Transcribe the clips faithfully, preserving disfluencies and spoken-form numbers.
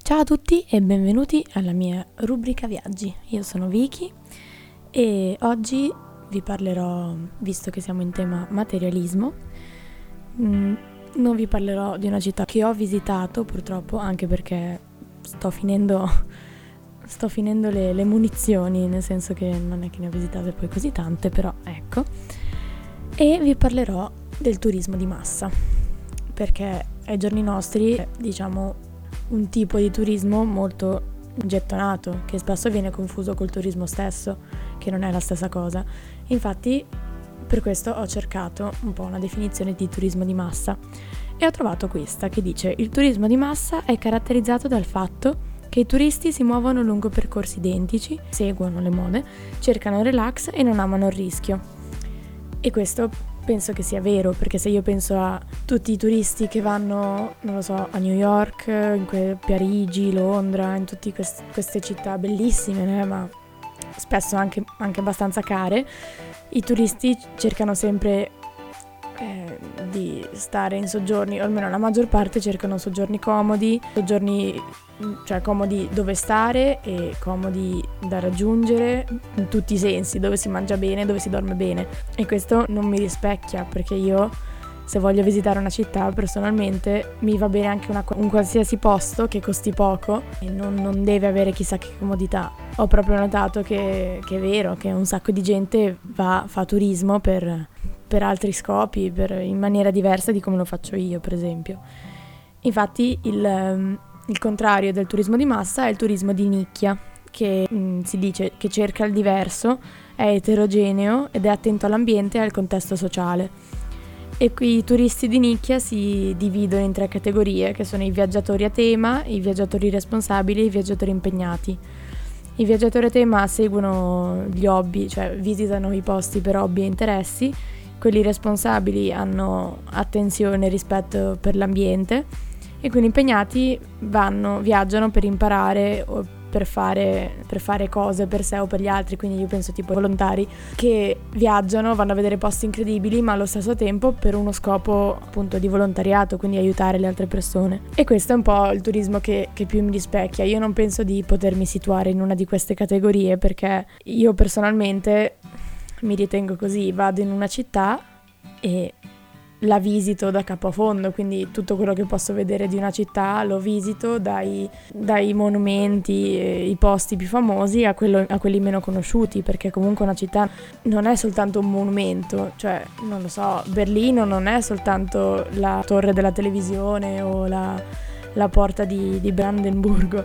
Ciao a tutti e benvenuti alla mia rubrica viaggi. Io sono Vicky e oggi vi parlerò, visto che siamo in tema materialismo, mh, non vi parlerò di una città che ho visitato purtroppo, anche perché sto finendo, sto finendo le, le munizioni, nel senso che non è che ne ho visitate poi così tante, però ecco. E vi parlerò del turismo di massa, perché ai giorni nostri, diciamo, un tipo di turismo molto gettonato, che spesso viene confuso col turismo stesso, che non è la stessa cosa. Infatti, per questo ho cercato un po' una definizione di turismo di massa e ho trovato questa che dice: il turismo di massa è caratterizzato dal fatto che i turisti si muovono lungo percorsi identici, seguono le mode, cercano relax e non amano il rischio. E questo penso che sia vero, perché se io penso a tutti i turisti che vanno, non lo so, a New York, in que- Parigi, Londra, in tutte quest- queste città bellissime, né? Ma spesso anche, anche abbastanza care, i turisti cercano sempre eh, di stare in soggiorni, o almeno la maggior parte cercano soggiorni comodi, soggiorni cioè comodi dove stare e comodi da raggiungere in tutti i sensi, dove si mangia bene, dove si dorme bene. E questo non mi rispecchia, perché io, se voglio visitare una città, personalmente mi va bene anche una, un qualsiasi posto che costi poco e non, non deve avere chissà che comodità. Ho proprio notato che, che è vero che un sacco di gente va, fa turismo per, per altri scopi, per, in maniera diversa di come lo faccio io, per esempio. Infatti il... Il contrario del turismo di massa è il turismo di nicchia, che mh, si dice che cerca il diverso, è eterogeneo ed è attento all'ambiente e al contesto sociale. E qui i turisti di nicchia si dividono in tre categorie, che sono i viaggiatori a tema, i viaggiatori responsabili e i viaggiatori impegnati. I viaggiatori a tema seguono gli hobby, cioè visitano i posti per hobby e interessi. Quelli responsabili hanno attenzione e rispetto per l'ambiente. E quindi impegnati vanno, viaggiano per imparare o per fare, per fare cose per sé o per gli altri, quindi io penso tipo ai volontari che viaggiano, vanno a vedere posti incredibili, ma allo stesso tempo per uno scopo appunto di volontariato, quindi aiutare le altre persone. E questo è un po' il turismo che, che più mi rispecchia. Io non penso di potermi situare in una di queste categorie, perché io personalmente mi ritengo così, vado in una città e la visito da capo a fondo, quindi tutto quello che posso vedere di una città lo visito, dai, dai monumenti, eh, i posti più famosi a, quello, a quelli meno conosciuti, perché comunque una città non è soltanto un monumento, cioè non lo so, Berlino non è soltanto la torre della televisione o la, la porta di, di Brandenburgo,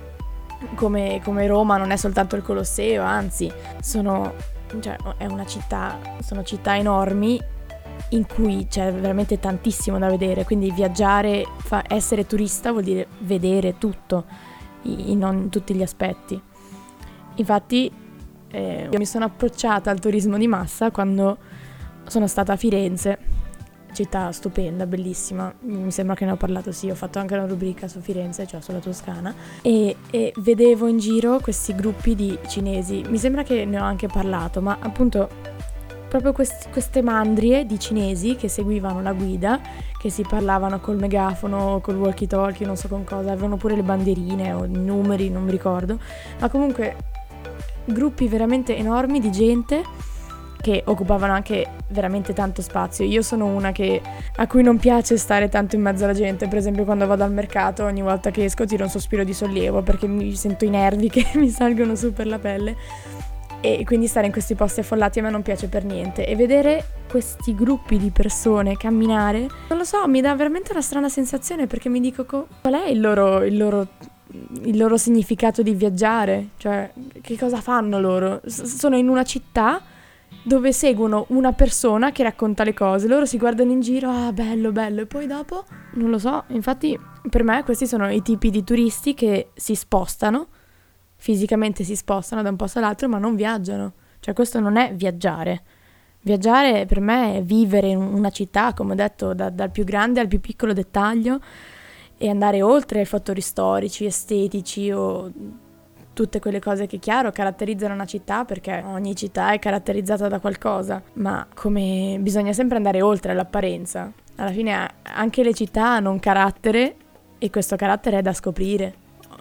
come, come Roma non è soltanto il Colosseo, anzi sono, cioè, è una città, sono città enormi in cui c'è veramente tantissimo da vedere, quindi viaggiare, fa, essere turista vuol dire vedere tutto, in, in tutti gli aspetti. Infatti eh, io mi sono approcciata al turismo di massa quando sono stata a Firenze, città stupenda, bellissima, mi sembra che ne ho parlato, sì, ho fatto anche una rubrica su Firenze, cioè sulla Toscana, e, e vedevo in giro questi gruppi di cinesi, mi sembra che ne ho anche parlato, ma appunto proprio quest- queste mandrie di cinesi che seguivano la guida, che si parlavano col megafono, col walkie talkie, non so con cosa, avevano pure le bandierine o i numeri, non mi ricordo, ma comunque gruppi veramente enormi di gente che occupavano anche veramente tanto spazio. Io sono una che a cui non piace stare tanto in mezzo alla gente, per esempio quando vado al mercato ogni volta che esco tiro un sospiro di sollievo perché mi sento i nervi che mi salgono su per la pelle. E quindi stare in questi posti affollati a me non piace per niente, e vedere questi gruppi di persone camminare, non lo so, mi dà veramente una strana sensazione, perché mi dico co- qual è il loro, il loro il loro significato di viaggiare, cioè che cosa fanno loro? S- sono in una città dove seguono una persona che racconta le cose, loro si guardano in giro, ah bello bello, e poi dopo non lo so. Infatti per me questi sono i tipi di turisti che si spostano fisicamente, si spostano da un posto all'altro, ma non viaggiano. Cioè questo non è viaggiare. Viaggiare per me è vivere in una città, come ho detto, da, dal più grande al più piccolo dettaglio, e andare oltre ai fattori storici, estetici o tutte quelle cose che, chiaro, caratterizzano una città, perché ogni città è caratterizzata da qualcosa, ma come bisogna sempre andare oltre l'apparenza. Alla fine anche le città hanno un carattere e questo carattere è da scoprire.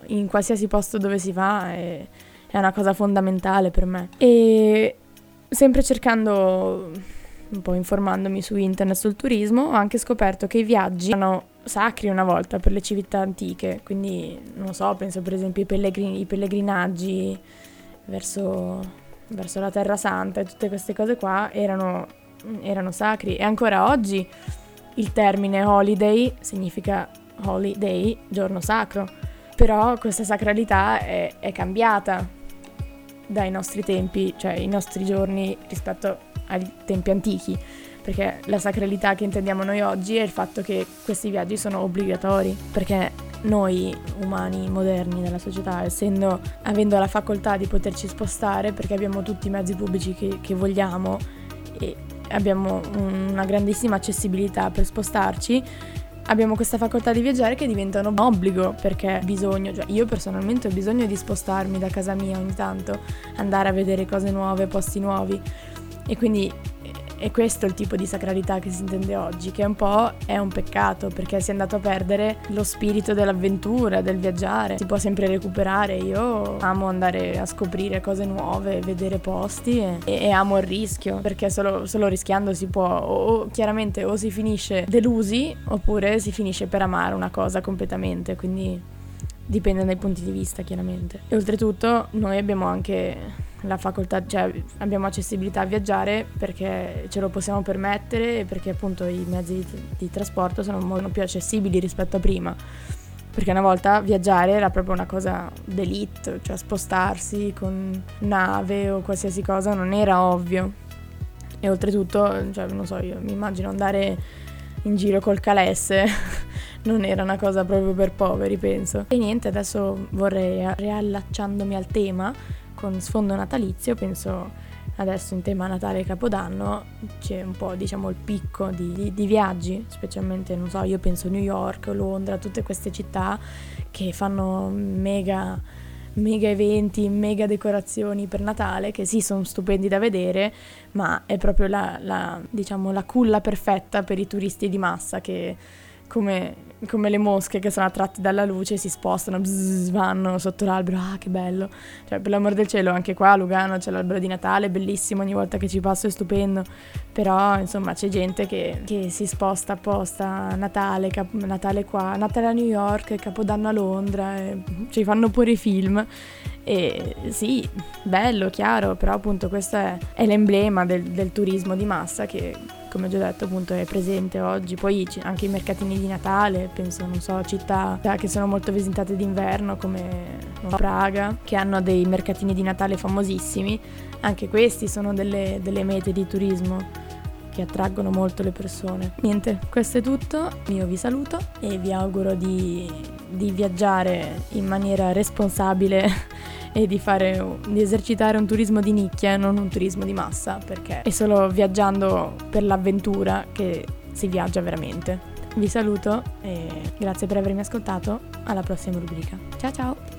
in qualsiasi posto dove si va è, è una cosa fondamentale per me. E sempre cercando, un po' informandomi su internet sul turismo, ho anche scoperto che i viaggi erano sacri una volta per le civiltà antiche, quindi non so, penso per esempio ai pellegrini, i pellegrinaggi verso, verso la Terra Santa e tutte queste cose qua erano, erano sacri, e ancora oggi il termine holiday significa holiday, giorno sacro, però questa sacralità è, è cambiata dai nostri tempi, cioè i nostri giorni rispetto ai tempi antichi, perché la sacralità che intendiamo noi oggi è il fatto che questi viaggi sono obbligatori, perché noi umani moderni della società, essendo avendo la facoltà di poterci spostare, perché abbiamo tutti i mezzi pubblici che, che vogliamo e abbiamo una grandissima accessibilità per spostarci, abbiamo questa facoltà di viaggiare che diventa un obbligo, perché bisogno, cioè io personalmente ho bisogno di spostarmi da casa mia ogni tanto, andare a vedere cose nuove, posti nuovi, e quindi è questo il tipo di sacralità che si intende oggi, che un po' è un peccato, perché si è andato a perdere lo spirito dell'avventura, del viaggiare. Si può sempre recuperare, io amo andare a scoprire cose nuove, vedere posti e, e amo il rischio, perché solo, solo rischiando si può, o chiaramente o si finisce delusi oppure si finisce per amare una cosa completamente, quindi dipende dai punti di vista chiaramente. E oltretutto noi abbiamo anche la facoltà, cioè abbiamo accessibilità a viaggiare perché ce lo possiamo permettere e perché appunto i mezzi di, di trasporto sono molto più accessibili rispetto a prima, perché una volta viaggiare era proprio una cosa d'élite, cioè spostarsi con nave o qualsiasi cosa non era ovvio, e oltretutto, cioè non so, io mi immagino andare in giro col calesse non era una cosa proprio per poveri, penso. E niente, adesso vorrei, riallacciandomi al tema con sfondo natalizio, penso adesso in tema Natale e Capodanno c'è un po', diciamo, il picco di, di, di viaggi, specialmente, non so, io penso New York, Londra, tutte queste città che fanno mega mega eventi, mega decorazioni per Natale, che sì, sono stupendi da vedere, ma è proprio la, la diciamo la culla perfetta per i turisti di massa che come, come le mosche che sono attratti dalla luce si spostano, bzz, vanno sotto l'albero, ah che bello, cioè per l'amor del cielo, anche qua a Lugano c'è l'albero di Natale, bellissimo, ogni volta che ci passo è stupendo, però insomma c'è gente che, che si sposta apposta, Natale, Cap- Natale qua, Natale a New York, Capodanno a Londra, e ci fanno pure i film. E sì, bello, chiaro, però appunto questo è, è l'emblema del, del turismo di massa che, come ho già detto, appunto è presente oggi. Poi anche i mercatini di Natale, penso, non so, città che sono molto visitate d'inverno come non so, Praga, che hanno dei mercatini di Natale famosissimi. Anche questi sono delle, delle mete di turismo che attraggono molto le persone. Niente, questo è tutto, io vi saluto e vi auguro di, di viaggiare in maniera responsabile e di fare, di esercitare un turismo di nicchia, non un turismo di massa, perché è solo viaggiando per l'avventura che si viaggia veramente. Vi saluto e grazie per avermi ascoltato, alla prossima rubrica. Ciao ciao!